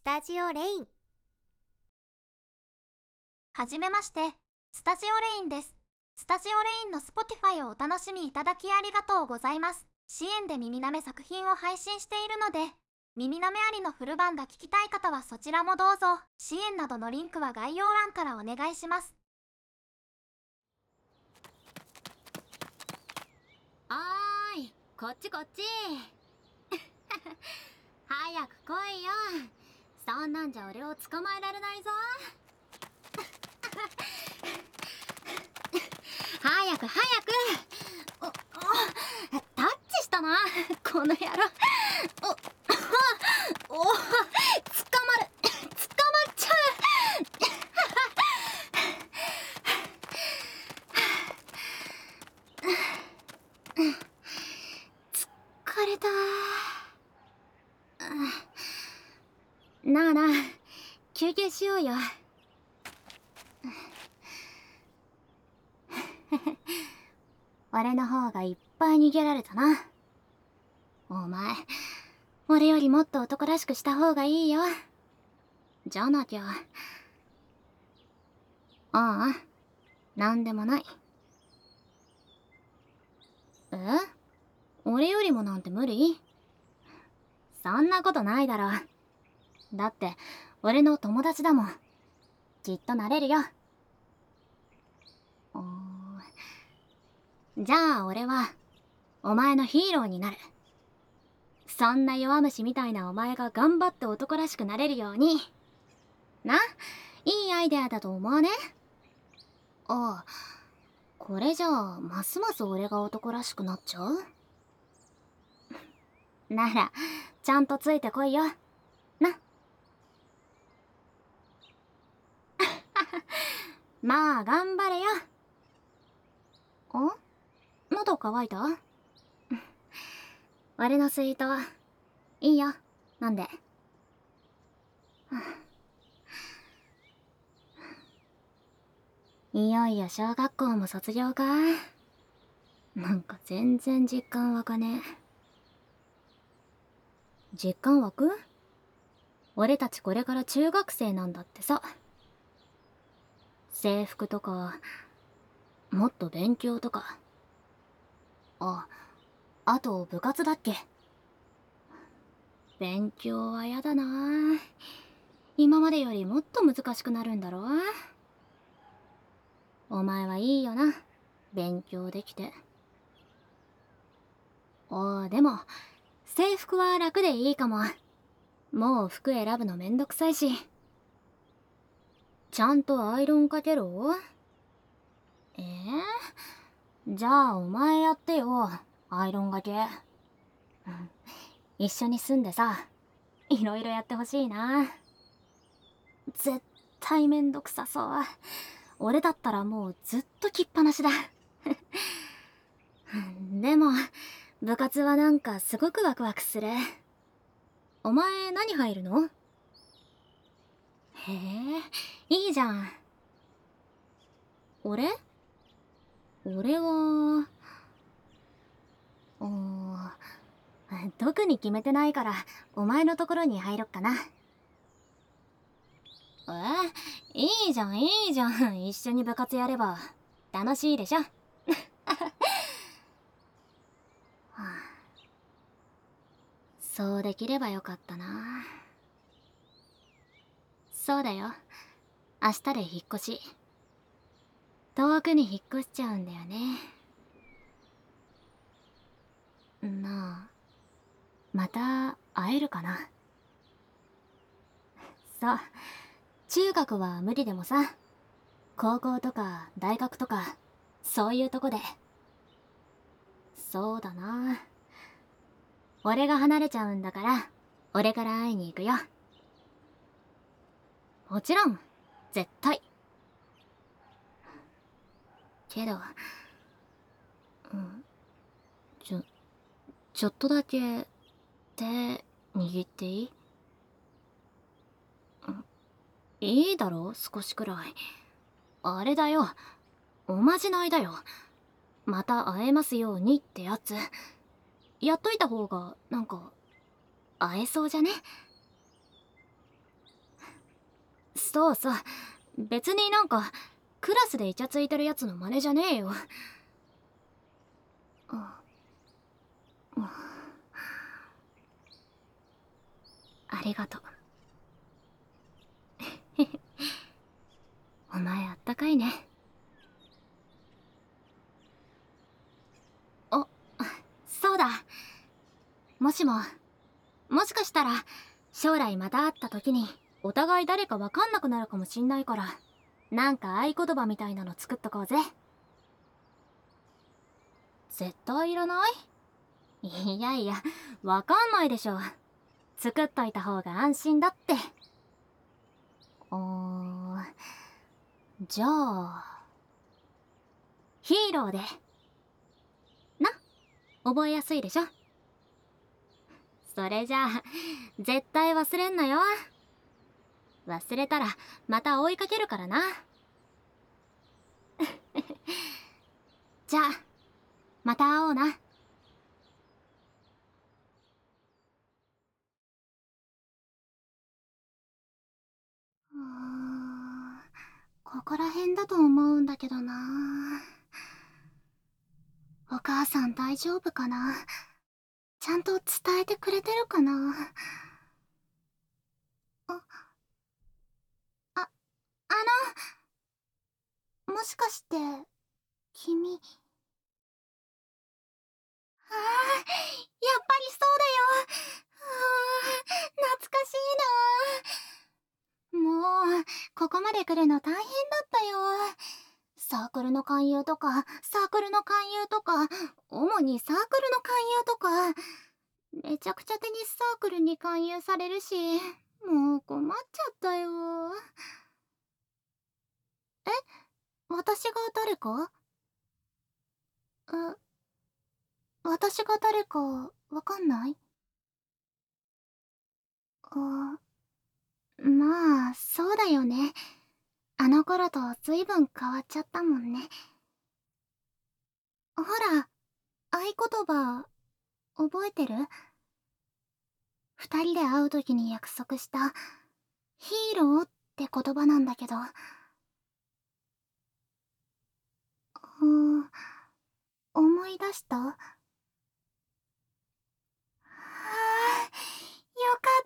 スタジオレイン。 はじめまして、スタジオレインです。スタジオレインの Spotify をお楽しみいただきありがとうございます。支援で耳なめ作品を配信しているので、耳なめありのフル版が聞きたい方はそちらもどうぞ。支援などのリンクは概要欄からお願いします。 おーい、こっちこっち。早く来いよ。そんなんじゃ俺を捕まえられないぞ。早く早く。タッチしたな、この野郎。捕まっちゃう。疲れた。なあなあ、休憩しようよ。俺の方がいっぱい逃げられたな。お前、俺よりもっと男らしくした方がいいよ。じゃなきゃ。ああ、なんでもない。え？俺よりもなんて無理？そんなことないだろ。だって、俺の友達だもん。きっとなれるよ。じゃあ俺は、お前のヒーローになる。そんな弱虫みたいなお前が頑張って男らしくなれるように。な、いいアイデアだと思うね。ああ、これじゃあ、ますます俺が男らしくなっちゃう？なら、ちゃんとついてこいよ。な。まあ、頑張れよ。喉乾いた？俺のスイート、いいよ。飲んで。いよいよ小学校も卒業か。なんか全然実感湧かねえ。実感湧く？俺たちこれから中学生なんだってさ。制服とか、もっと勉強とか。あと部活だっけ。勉強はやだな。今までよりもっと難しくなるんだろ。お前はいいよな、勉強できて。でも制服は楽でいいかも。もう服選ぶのめんどくさいし。ちゃんとアイロンかけろ。じゃあお前やってよ、アイロンがけ。一緒に住んでさ、いろいろやってほしいな。絶対めんどくさそう。俺だったらもうずっと着っぱなしだ。でも部活はなんかすごくワクワクする。お前何入るの？へえ、いいじゃん。俺は特に決めてないからお前のところに入ろっかな。いいじゃんいいじゃん、一緒に部活やれば楽しいでしょ。そうできればよかったな。そうだよ、明日で引っ越し。遠くに引っ越しちゃうんだよね。なあ、また会えるかな。そう、中学は無理でもさ、高校とか大学とかそういうとこで。そうだな、俺が離れちゃうんだから俺から会いに行くよ。もちろん、絶対。けど、ちょちょっとだけ手握っていい？いいだろ、少しくらい。あれだよ、おまじないだよ。また会えますようにってやつ。やっといた方がなんか会えそうじゃね？ そうそう。別になんかクラスでイチャついてるやつの真似じゃねえよ。ありがとう。お前あったかいね。お、そうだ。もししかしたら将来また会った時にお互い誰かわかんなくなるかもしんないから、なんか合言葉みたいなの作っとこうぜ。絶対いらない？いやいや、わかんないでしょ。作っといた方が安心だって。じゃあヒーローでな。覚えやすいでしょ。それじゃあ絶対忘れんなよ。忘れたらまた追いかけるからな。じゃあまた会おうな。ここら辺だと思うんだけどな。お母さん大丈夫かな？ちゃんと伝えてくれてるかな？あ、あ、もしかして君、やっぱりそうだよ。懐かしいな。もうここまで来るの大変だったよ。サークルの勧誘とか主にサークルの勧誘とか、めちゃくちゃテニスサークルに勧誘されるし、もう困っちゃったよ。え、私が誰か？あ、私が誰かわかんない？あ、まあそうだよね。あの頃とずいぶん変わっちゃったもんね。ほら、合言葉覚えてる？二人で会う時に約束したヒーローって言葉なんだけど。思い出した？よかった。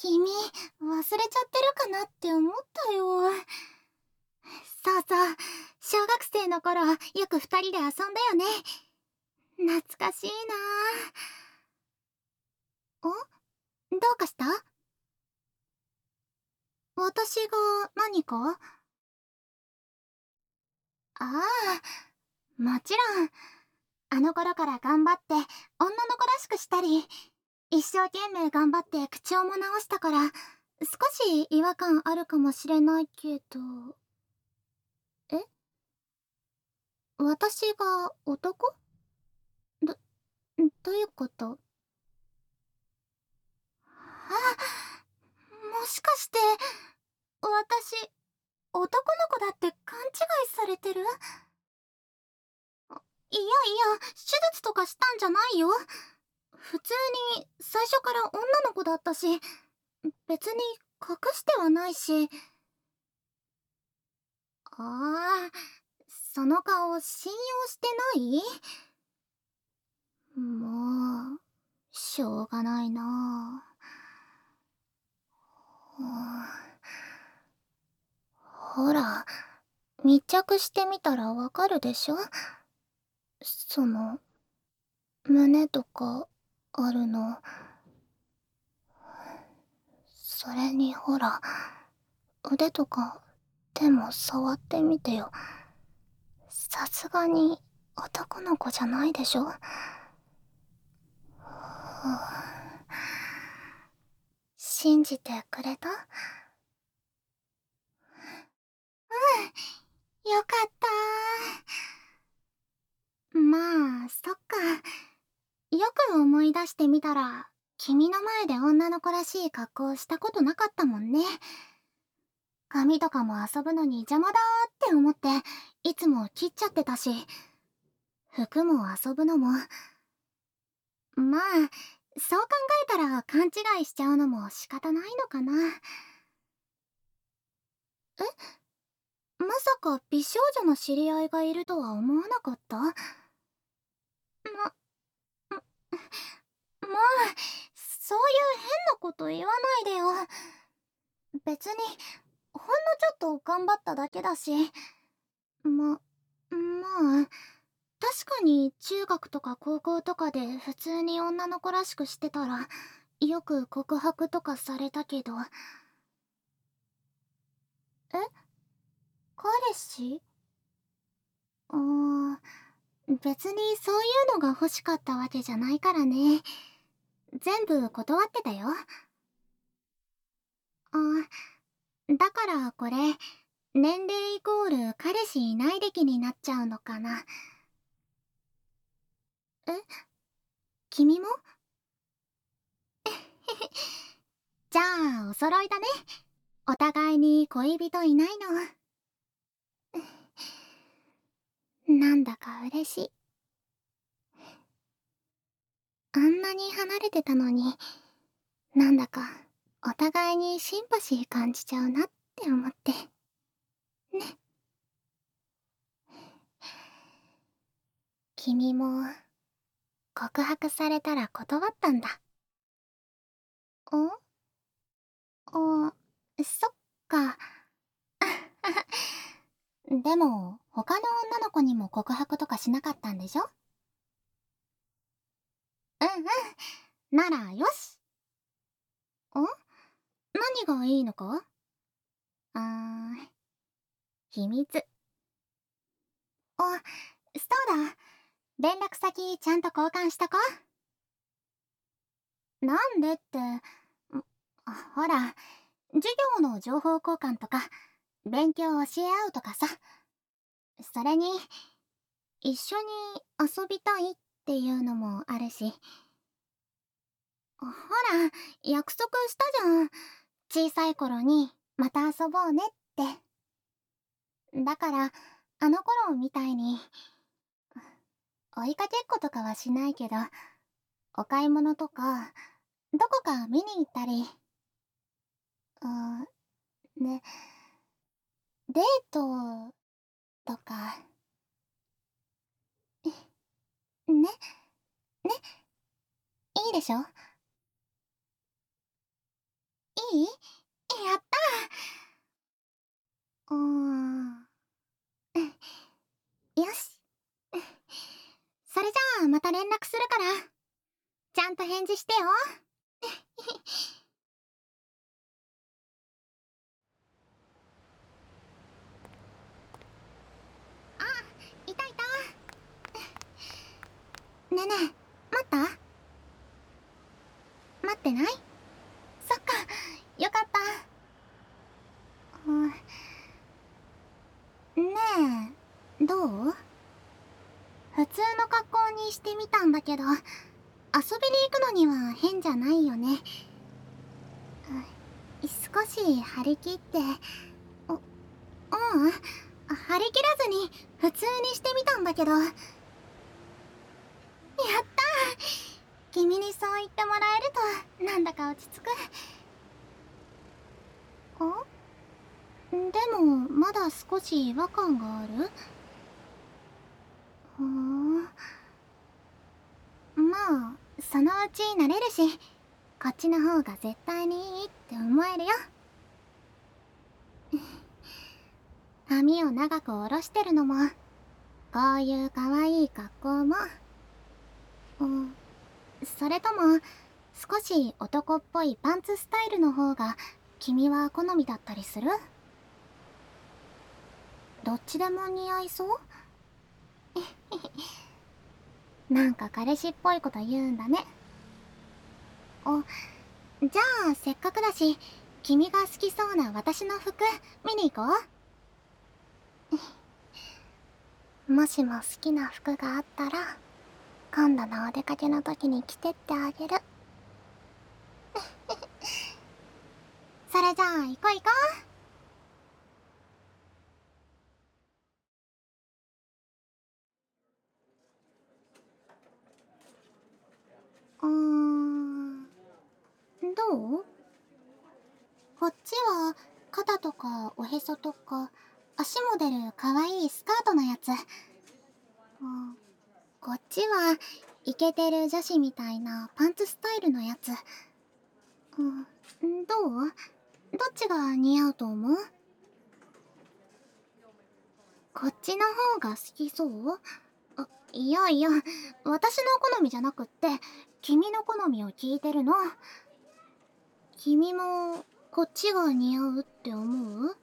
君、忘れちゃってるかなって思ったよ。そうそう、小学生の頃よく二人で遊んだよね。懐かしいな。どうかした？私が何か？ああ、もちろん。あの頃から頑張って女の子らしくしたり、一生懸命頑張って口調も直したから、少し違和感あるかもしれないけど。え、私が男？ど、どういうこと？もしかして私男の子だって勘違いされてる？いやいや、手術とかしたんじゃないよ。普通に最初から女の子だったし、別に隠してはないし。ああ、その顔信用してない？もうしょうがないな。ほら、密着してみたらわかるでしょ。その胸とかあるの。それにほら、腕とか手も触ってみてよ。さすがに男の子じゃないでしょ。信じてくれた？よかった。まあそっか。よく思い出してみたら、君の前で女の子らしい格好をしたことなかったもんね。髪とかも遊ぶのに邪魔だーって思って、いつも切っちゃってたし、服も遊ぶのも、まあそう考えたら勘違いしちゃうのも仕方ないのかな。 まさか美少女の知り合いがいるとは思わなかった？もう、そういう変なこと言わないでよ。別に、ほんのちょっと頑張っただけだし。まあ、確かに中学とか高校とかで普通に女の子らしくしてたら、よく告白とかされたけど。え、彼氏？別にそういうのが欲しかったわけじゃないからね。全部断ってたよ。だからこれ、年齢イコール彼氏いない歴になっちゃうのかな。え、君も？じゃあ、お揃いだね。お互いに恋人いないの。なんだか嬉しい。あんなに離れてたのに、なんだかお互いにシンパシー感じちゃうなって思って。ね。君も告白されたら断ったんだ。ん？そっか。でも、他の女の子にも告白とかしなかったんでしょ？うんうん。なら、よし。何がいいのか？あー、秘密。そうだ。連絡先ちゃんと交換したか？なんでって、ほら、授業の情報交換とか、勉強教え合うとかさ。それに、一緒に遊びたいっていうのもあるし。ほら、約束したじゃん。小さい頃に、また遊ぼうねって。だから、あの頃みたいに、追いかけっことかはしないけど、お買い物とか、どこか見に行ったり、ね、デートとか、ね、ね、いいでしょ？いい？やった。よし。それじゃあまた連絡するから、ちゃんと返事してよ。あ、いたいた。ねえねえ、待った？待ってない？そっか、よかった。ねえ、どう？普通の格好にしてみたんだけど、遊びに行くのには変じゃないよね。少し張り切って、張り切らずに普通にしてみたんだけど。やったー！君にそう言ってもらえると、なんだか落ち着く。でも、まだ少し違和感がある？ふーん。まあ、そのうち慣れるし、こっちの方が絶対にいいって思えるよ。髪を長く下ろしてるのも、こういう可愛い格好も、それとも、少し男っぽいパンツスタイルの方が、君は好みだったりする？どっちでも似合いそう？なんか彼氏っぽいこと言うんだね。じゃあせっかくだし、君が好きそうな私の服見に行こう。もしも好きな服があったら、今度のお出かけの時に着てってあげる。それじゃあ行こう行こう。どう？こっちは肩とかおへそとか足も出るかわいいスカートのやつ。こっちはイケてる女子みたいなパンツスタイルのやつ。どう？どっちが似合うと思う？こっちの方が好きそう？いやいや、私の好みじゃなくって、君の好みを聞いてるの。君もこっちが似合うって思う？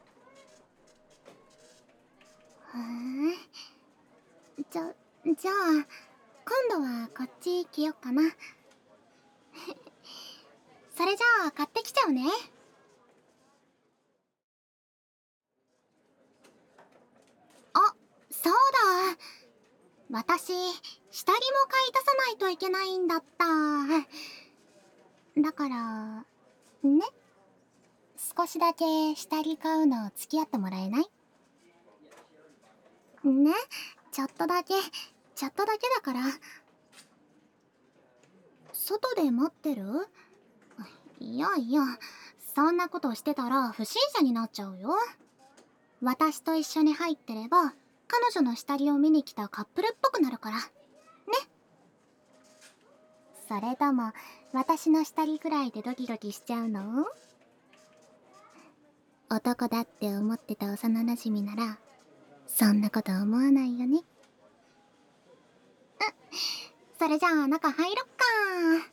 へえ。じゃあ、今度はこっち着よっかな。それじゃあ買ってきちゃうね。あ、そうだ。私、下着も買い足さないといけないんだった。だから、ね。少しだけ下着買うの付き合ってもらえない？ね。ちょっとだけだから。外で待ってる？いやいや、そんなことしてたら不審者になっちゃうよ。私と一緒に入ってれば、彼女の下着を見に来たカップルっぽくなるから。ね。それとも、私の下着くらいでドキドキしちゃうの？男だって思ってた幼馴染なら、そんなこと思わないよね。それじゃあ中入ろっか。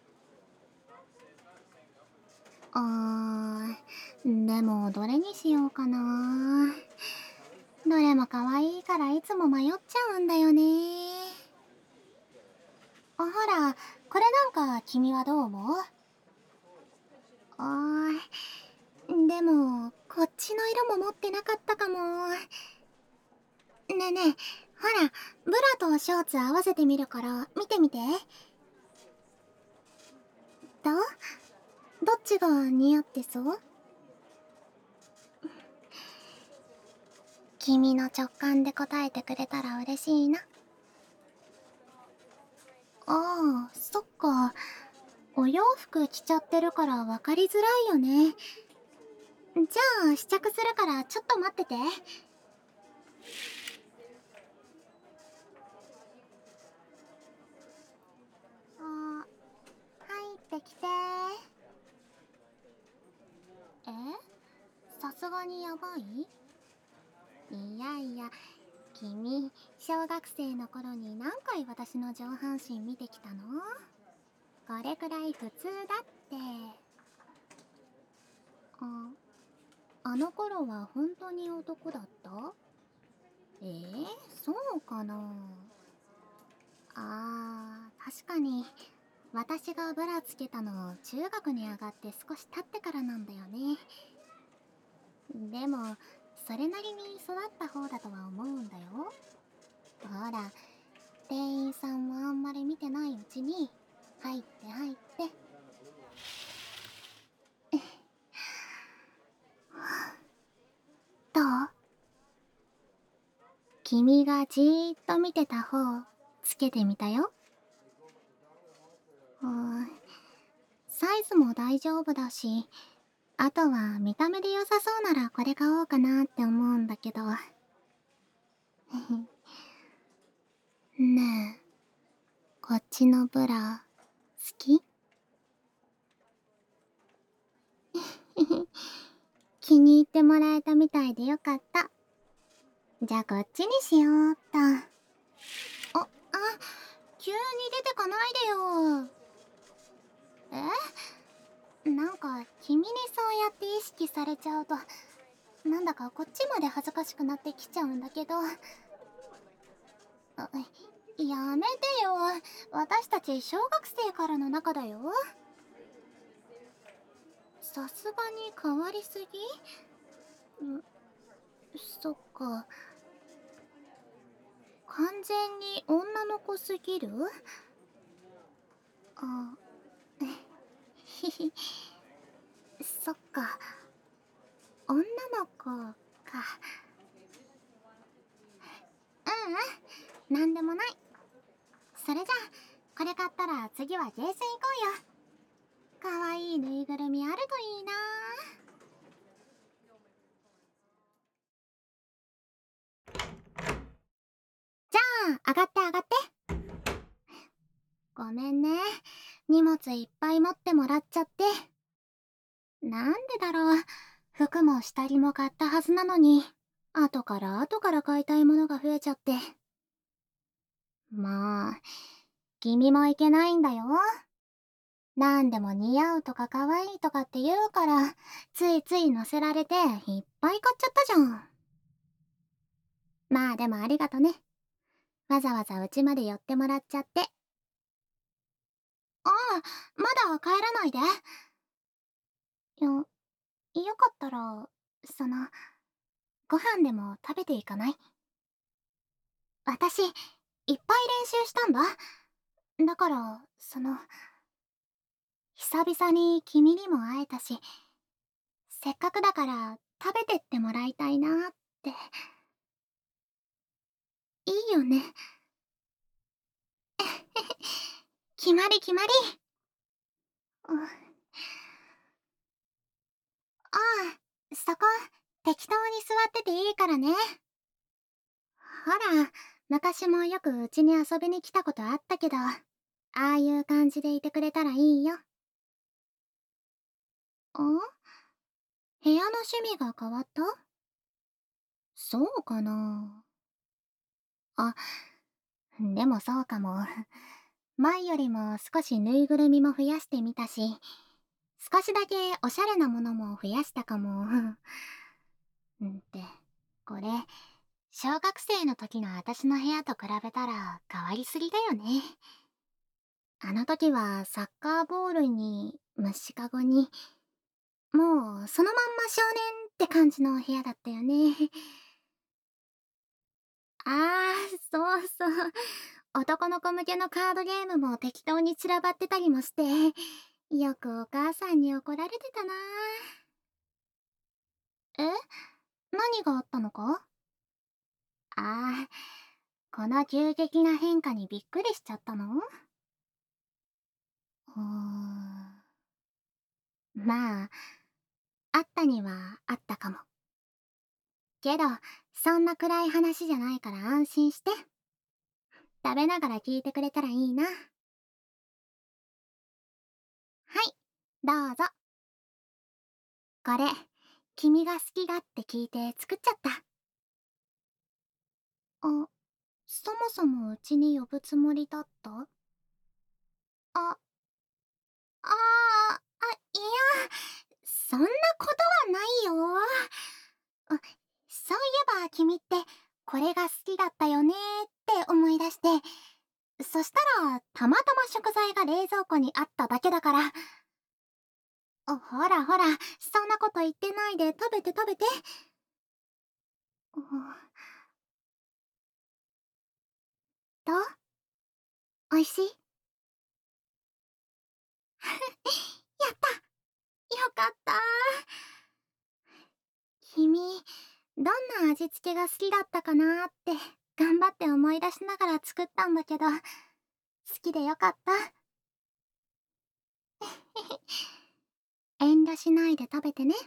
でもどれにしようかな。どれも可愛いからいつも迷っちゃうんだよね。ほら、これなんか君はどう思う？でも、こっちの色も持ってなかったかも。ねえねえ、ほら、ブラとショーツ合わせてみるから見てみて。どう？どっちが似合ってそう？君の直感で答えてくれたら嬉しいな。ああ、そっか。お洋服着ちゃってるから分かりづらいよね。じゃあ試着するからちょっと待ってて。入ってきて。さすがにやばい？いやいや、君、小学生の頃に何回私の上半身見てきたの？これくらい普通だって。あの頃は本当に男だった？そうかな。確かに、私がブラつけたの中学に上がって少し経ってからなんだよね。でも、それなりに育った方だとは思うんだよ。ほら、店員さんもあんまり見てないうちに、入って入って。どう？君がじーっと見てた方、つけてみたよ。サイズも大丈夫だし、あとは見た目で良さそうならこれ買おうかなって思うんだけど。ねえ、こっちのブラ、好き？気に入ってもらえたみたいでよかった。じゃあこっちにしようっと。急に出てかないでよ。なんか君にそうやって意識されちゃうと、なんだかこっちまで恥ずかしくなってきちゃうんだけど。やめてよ。私たち小学生からの仲だよ。さすがに変わりすぎ？そっか。完全に女の子すぎる？ひひ。そっか。女の子か。なんでもない。それじゃあ、これ買ったら次はゲーセン行こうよ。かわいいぬいぐるみあるといいな。 上がって上がって。ごめんね。荷物いっぱい持ってもらっちゃって。なんでだろう。服も下着も買ったはずなのに、後から買いたいものが増えちゃって。まあ、君もいけないんだよ。なんでも似合うとか可愛いとかって言うから、ついつい乗せられていっぱい買っちゃったじゃん。まあでもありがとね。わざわざ家まで寄ってもらっちゃって。ああ、まだ帰らないで。よ、よかったら、その、ご飯でも食べていかない？私、いっぱい練習したんだ。だから、久々に君にも会えたし、せっかくだから食べてってもらいたいなって。いいよね。決まり決まり。うん、ああ、そこ、適当に座ってていいからね。ほら、昔もよくうちに遊びに来たことあったけど、ああいう感じでいてくれたらいいよ。部屋の趣味が変わった？そうかな。あ、でもそうかも。前よりも少しぬいぐるみも増やしてみたし、少しだけおしゃれなものも増やしたかも。って、これ、小学生の時の私の部屋と比べたら変わりすぎだよね。あの時はサッカーボールに虫かごに、もうそのまんま少年って感じの部屋だったよね。ああ、そうそう。男の子向けのカードゲームも適当に散らばってたりもして、よくお母さんに怒られてたな。え、何があったのか？ああ、この急激な変化にびっくりしちゃったの？うーん。まあ、あったにはあったかも。けど、そんな暗い話じゃないから安心して。食べながら聞いてくれたらいいな。はい、どうぞ。これ、君が好きだって聞いて作っちゃった。あ、そもそもうちに呼ぶつもりだった？あ、いや、そんなことはないよ。そういえば君ってこれが好きだったよねって思い出して、そしたらたまたま食材が冷蔵庫にあっただけだから。ほらほら、そんなこと言ってないで食べて食べて。うん、どう？おいしい？やった、よかった。君、どんな味付けが好きだったかなって頑張って思い出しながら作ったんだけど、好きでよかった。遠慮しないで食べてね。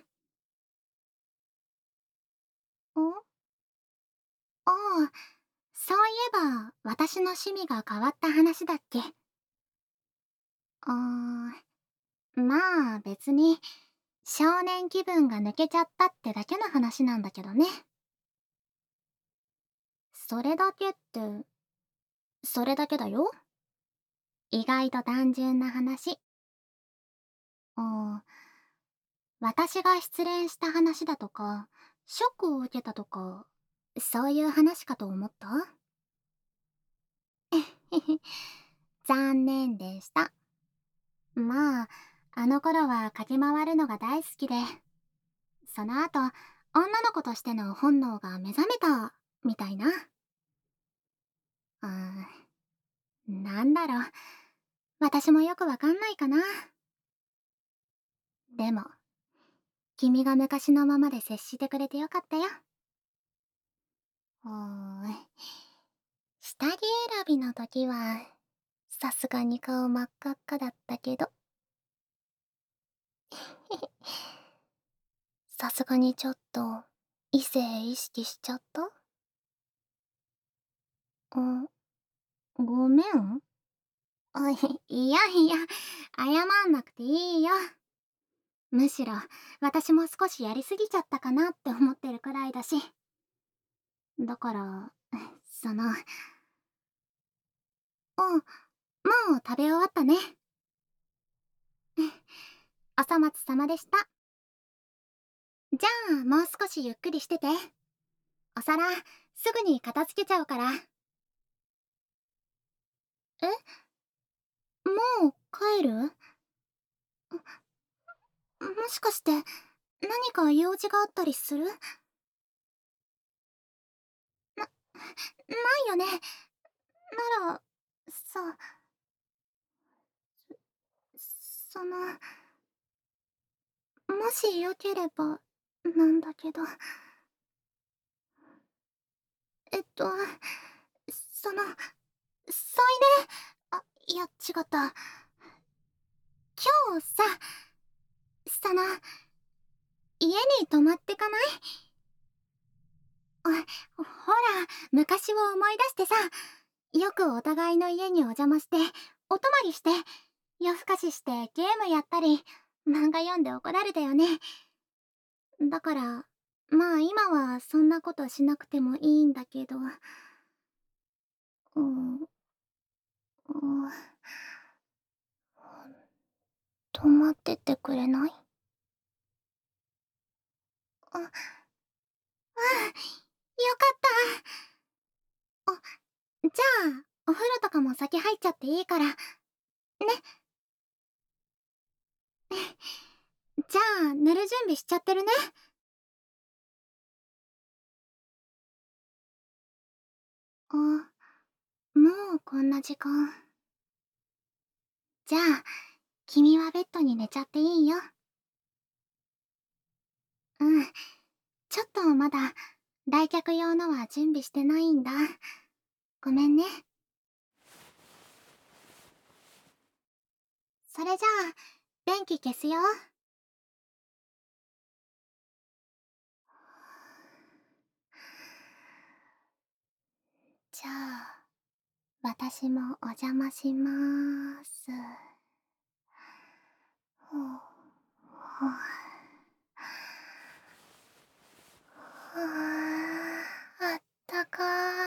ああ、そういえば私の趣味が変わった話だっけ？まあ別に少年気分が抜けちゃったってだけの話なんだけどね。それだけって、それだけだよ。意外と単純な話。ああ、私が失恋した話だとか、ショックを受けたとか、そういう話かと思った？残念でした。まあ、あの頃は駆け回るのが大好きで、その後、女の子としての本能が目覚めた、みたいな。なんだろう。私もよくわかんないかな。でも、君が昔のままで接してくれてよかったよ。下着選びの時は、さすがに顔真っ赤っかだったけど、さすがにちょっと、異性意識しちゃった？ ごめん。いやいや、謝んなくていいよ。むしろ、私も少しやりすぎちゃったかなって思ってるくらいだし。だから、もう食べ終わったね。おさまつさまでした。じゃあ、もう少しゆっくりしてて。お皿、すぐに片付けちゃうから。え、もう帰る？もしかして、何か用事があったりする？ないよね。なら、さ、その、もしよければ、なんだけど。その、添い寝、いや、違った。今日さ、その、家に泊まってかない？ほら、昔を思い出してさ、よくお互いの家にお邪魔して、お泊まりして、夜更かししてゲームやったり、漫画読んで怒られたよね。だから、まあ今はそんなことしなくてもいいんだけど、うん、うん、泊まってってくれない？うん、よかった。じゃあ、お風呂とかも先入っちゃっていいから、ね。じゃあ、寝る準備しちゃってるね。もうこんな時間。じゃあ、君はベッドに寝ちゃっていいよ。うん。ちょっとまだ、来客用のは準備してないんだ。ごめんね。それじゃあ、電気消すよ。じゃあ、私もお邪魔しまーす。ほうほうあったか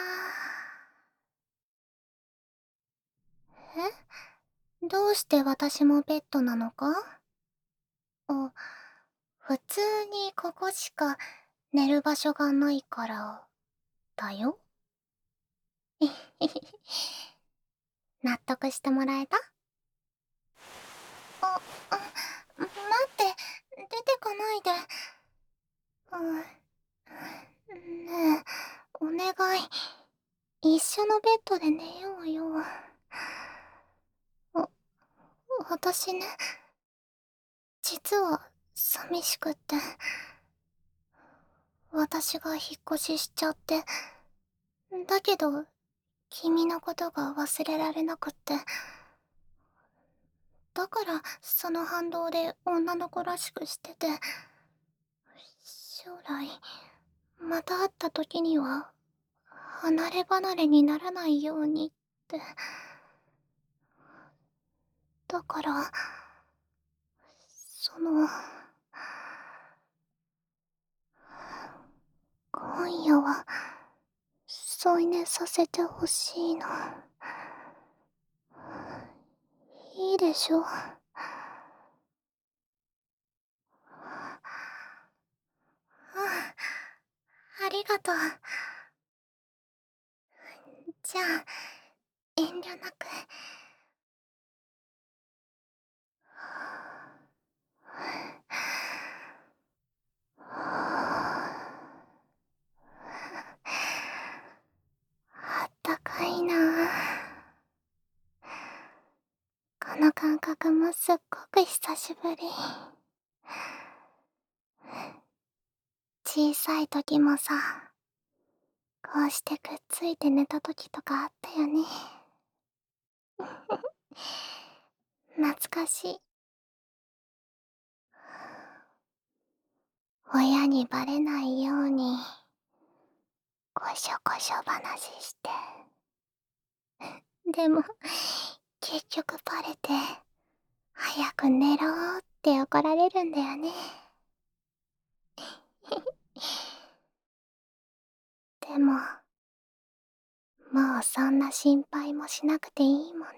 ー。どうして私もベッドなのか？あ、普通にここしか寝る場所がないからだよ。納得してもらえた？あ、待って、出てかないで。ねえ、お願い。一緒のベッドで寝ようよ。わ、私ね、実は寂しくって、私が引っ越ししちゃって、だけど、君のことが忘れられなくって、だからその反動で女の子らしくしてて、将来、また会った時には、離れ離れにならないようにって。だから、その、今夜は、添い寝させてほしいの。いいでしょ？ありがとう。じゃあ、遠慮なく。あったかいなあ。この感覚もすっごく久しぶり。小さい時もさ、こうしてくっついて寝た時とかあったよね。懐かしい。親にバレないように、こしょこしょ話して。 でも、結局バレて、早く寝ろって怒られるんだよね。でも、もうそんな心配もしなくていいもんね。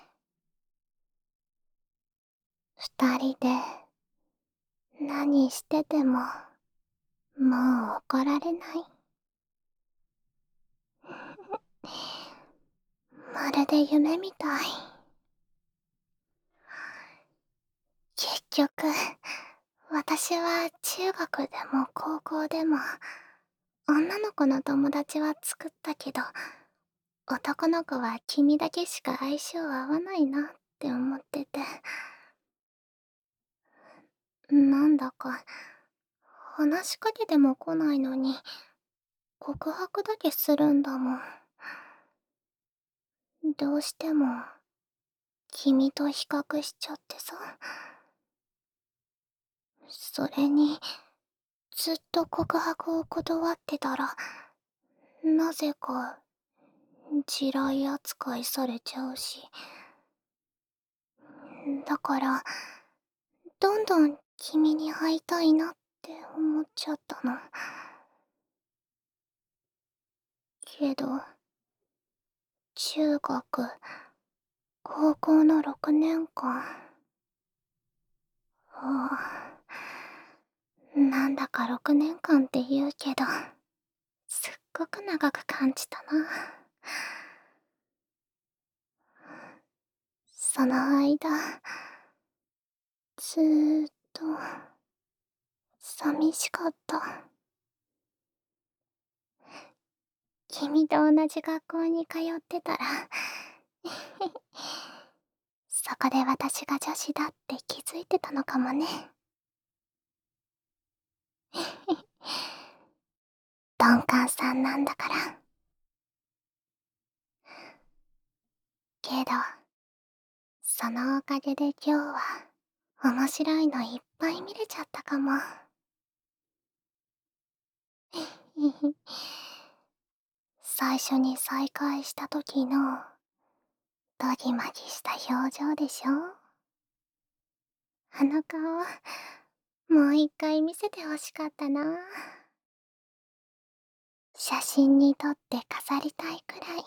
二人で、何してても、もう怒られない。まるで夢みたい。結局、私は中学でも高校でも、女の子の友達は作ったけど、男の子は君だけしか相性合わないなって思ってて。なんだか、話しかけても来ないのに、告白だけするんだもん。どうしても、君と比較しちゃってさ。それに、ずっと告白を断ってたら、なぜか、地雷扱いされちゃうし。だから、どんどん君に会いたいなって思っちゃったの。けど、中学、高校の6年間。なんだか6年間って言うけど、すっごく長く感じたな。その間、ずーっと、寂しかった。君と同じ学校に通ってたらそこで私が女子だって気づいてたのかもね。鈍感さんなんだから。けど、そのおかげで今日は面白いのいっぱい見れちゃったかも。最初に再会した時のドギマギした表情でしょ。あの顔、もう一回見せてほしかったな。写真に撮って飾りたいくらい。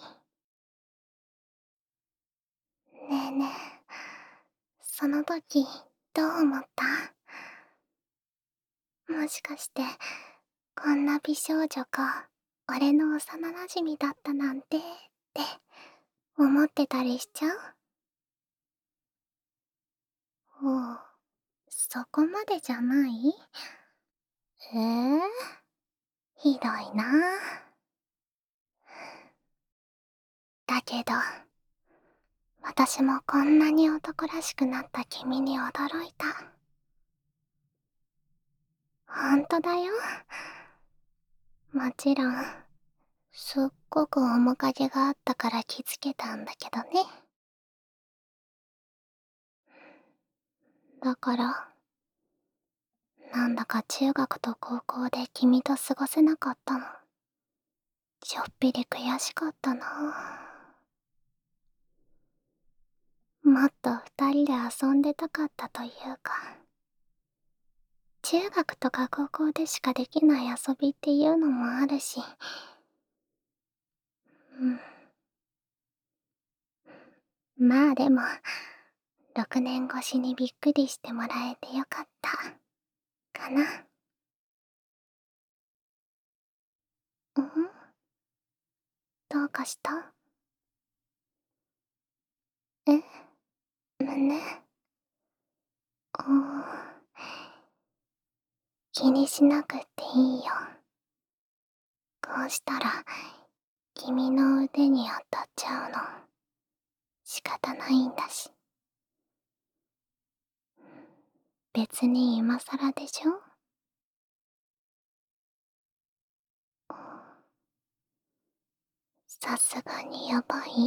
ねえねえ、その時どう思った？もしかしてこんな美少女が俺の幼馴染だったなんてって思ってたりしちゃう？おう、そこまでじゃない？ひどいな。だけど、私もこんなに男らしくなった君に驚いた。ほんとだよ。もちろん、すっごく面影があったから気づけたんだけどね。だから、なんだか中学と高校で君と過ごせなかったの。ちょっぴり悔しかったな。もっと二人で遊んでたかったというか、中学とか高校でしかできない遊びっていうのもあるし、まあでも、6年越しにびっくりしてもらえてよかった、かな。うん？どうかした？え？胸？おー、気にしなくっていいよ。こうしたら、君の腕に当たっちゃうの。仕方ないんだし。別に今さらでしょ？さすがにやばい？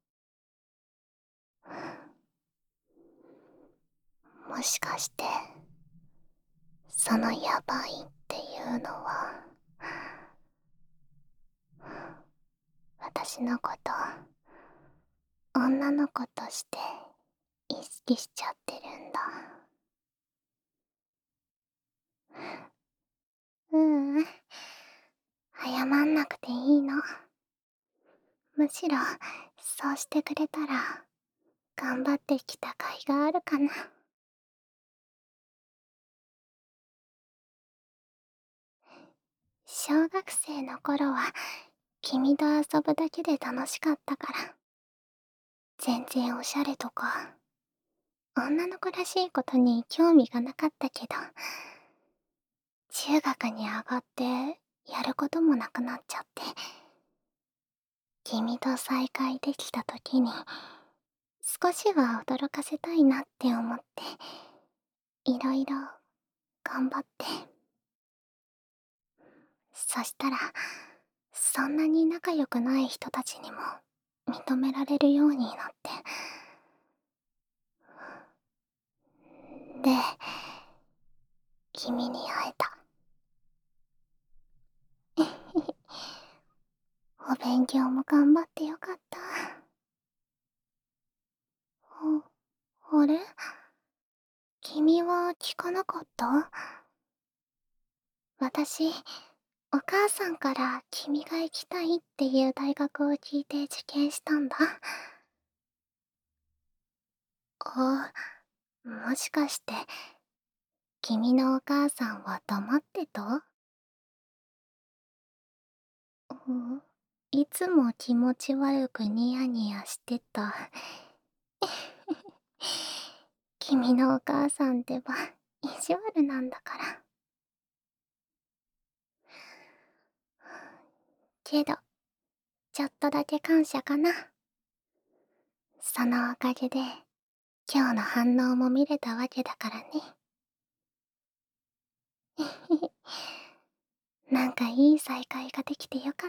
もしかして、そのやばいっていうのは、私のこと女の子として意識しちゃってるんだ。ううん。謝んなくていいの。むしろ、そうしてくれたら、頑張ってきた甲斐があるかな。小学生の頃は、君と遊ぶだけで楽しかったから。全然おしゃれとか、女の子らしいことに興味がなかったけど、中学に上がって、やることもなくなっちゃって、君と再会できた時に、少しは驚かせたいなって思って、いろいろ頑張って。そしたら、そんなに仲良くない人たちにも認められるようになって。で、君に会えた。お勉強も頑張ってよかった。あれ？君は聞かなかった？私、お母さんから君が行きたいっていう大学を聞いて受験したんだ。あ、もしかして、君のお母さんは黙ってた？うん、いつも気持ち悪くニヤニヤしてた。君のお母さんってば、意地悪なんだから。けど、ちょっとだけ感謝かな。そのおかげで、今日の反応も見れたわけだからね。なんかいい再会ができてよかった。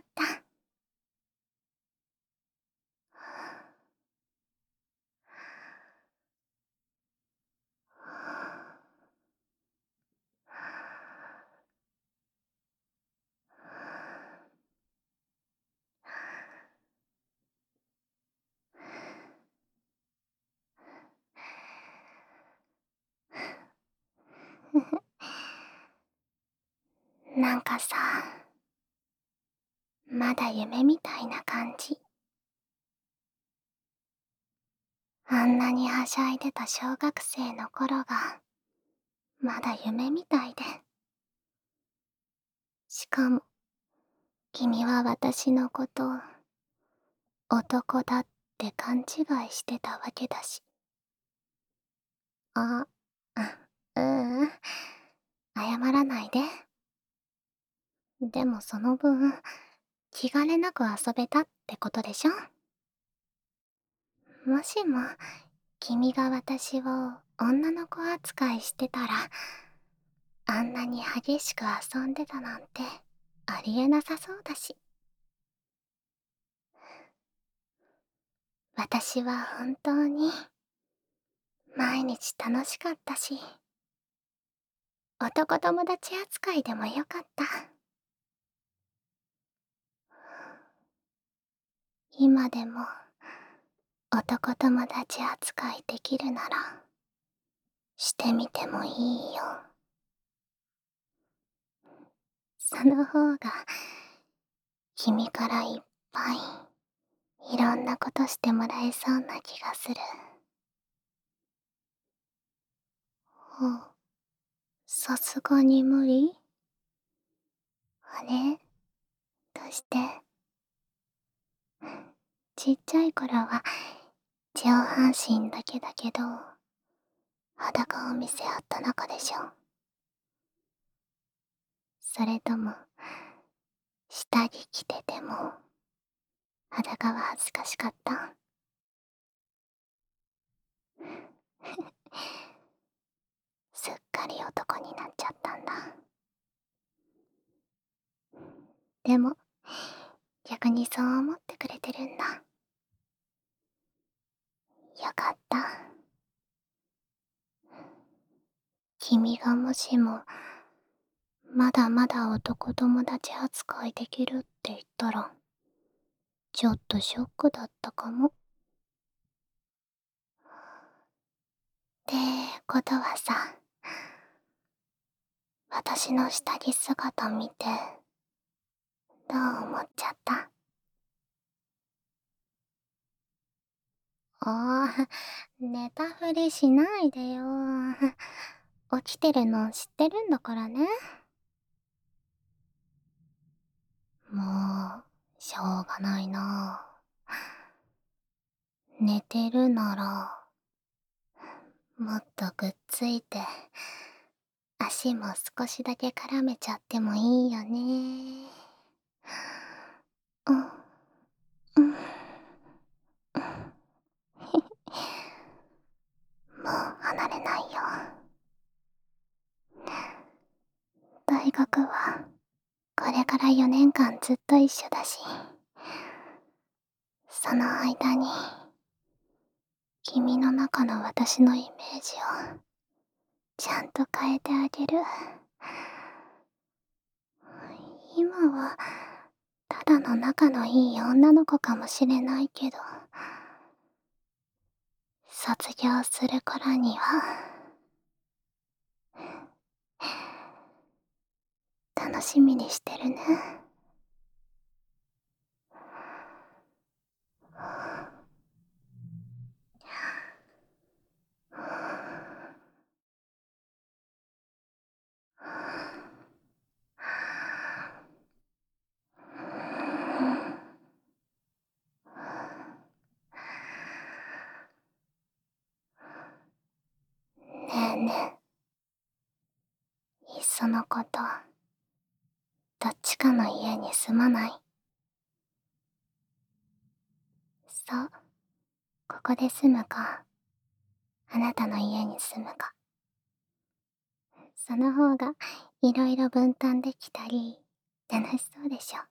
なんかさ、まだ夢みたいな感じ。あんなにはしゃいでた小学生の頃が、まだ夢みたいで。しかも、君は私のこと、男だって勘違いしてたわけだし。あ、ううん。謝らないで。でもその分、気兼ねなく遊べたってことでしょ？もしも、君が私を女の子扱いしてたら、あんなに激しく遊んでたなんて、ありえなさそうだし。私は本当に、毎日楽しかったし、男友達扱いでもよかった。今でも、男友達扱いできるなら、してみてもいいよ。その方が、君からいっぱい、いろんなことしてもらえそうな気がする。さすがに無理？あれ？どうして？ちっちゃい頃は上半身だけだけど、裸を見せ合った中でしょ。それとも、下着着てても、裸は恥ずかしかった？すっかり男になっちゃったんだ。でも、逆にそう思ってくれてるんだ。よかった。君がもしも、まだまだ男友達扱いできるって言ったら、ちょっとショックだったかも。 てことはさ、私の下着姿見て、どう思っちゃった？寝たふりしないでよ。起きてるの知ってるんだからね。もう、しょうがないな。寝てるなら、もっとくっついて、足も少しだけ絡めちゃってもいいよね。うん、うん。もう離れないよ。大学は、これから4年間ずっと一緒だし、その間に、君の中の私のイメージを、ちゃんと変えてあげる。今は、ただの仲のいい女の子かもしれないけど、卒業する頃には、楽しみにしてるね。ねえねえ、いっそのこと、どっちかの家に住まない？そう、ここで住むか、あなたの家に住むか。その方がいろいろ分担できたり、楽しそうでしょ。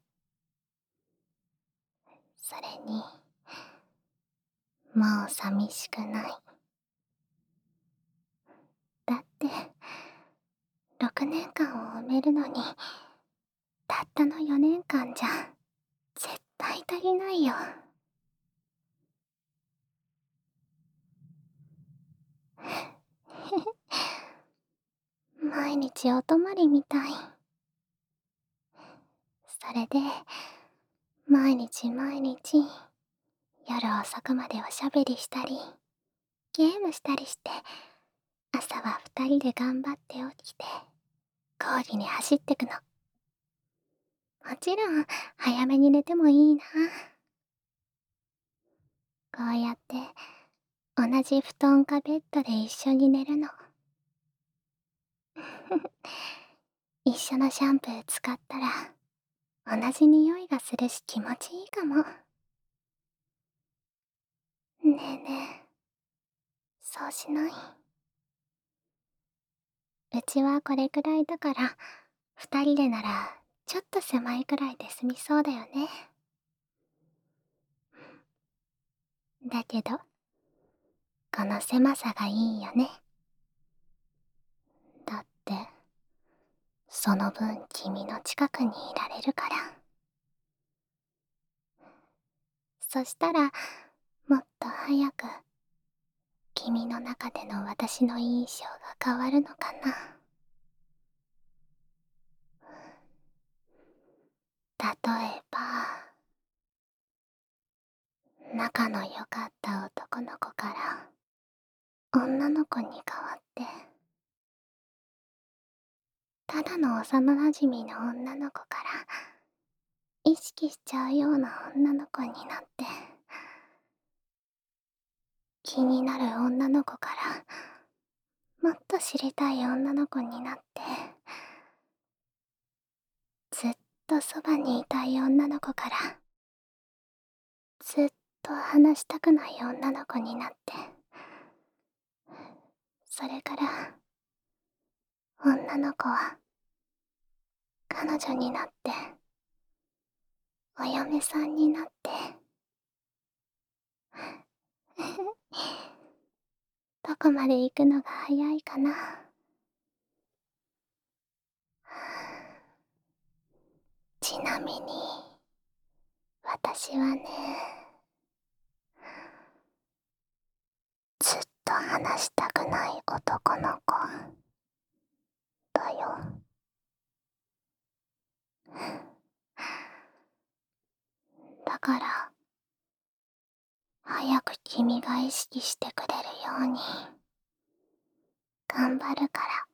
それに、もう寂しくない。だって、6年間を埋めるのに、たったの4年間じゃ、絶対足りないよ。毎日お泊まりみたい。それで、毎日毎日、夜遅くまでおしゃべりしたり、ゲームしたりして、朝は2人で頑張って起きて、講義に走ってくの。もちろん、早めに寝てもいいな。こうやって、同じ布団かベッドで一緒に寝るの。一緒のシャンプー使ったら、同じ匂いがするし気持ちいいかも。ねえねえ、そうしない？うちはこれくらいだから、2人でなら、ちょっと狭いくらいで済みそうだよね。だけど、この狭さがいいよね。だって、その分君の近くにいられるから。そしたら、もっと早く、君の中での私の印象が変わるのかな。例えば、仲の良かった男の子から女の子に変わって、ただの幼馴染の女の子から意識しちゃうような女の子になって、気になる女の子からもっと知りたい女の子になって、ずっとそばにいたい女の子からずっと話したくない女の子になって、それから女の子は彼女になって、お嫁さんになって、どこまで行くのが早いかな。ちなみに、私はね、ずっと話したくない男の子だよ。だから早く君が意識してくれるように頑張るから。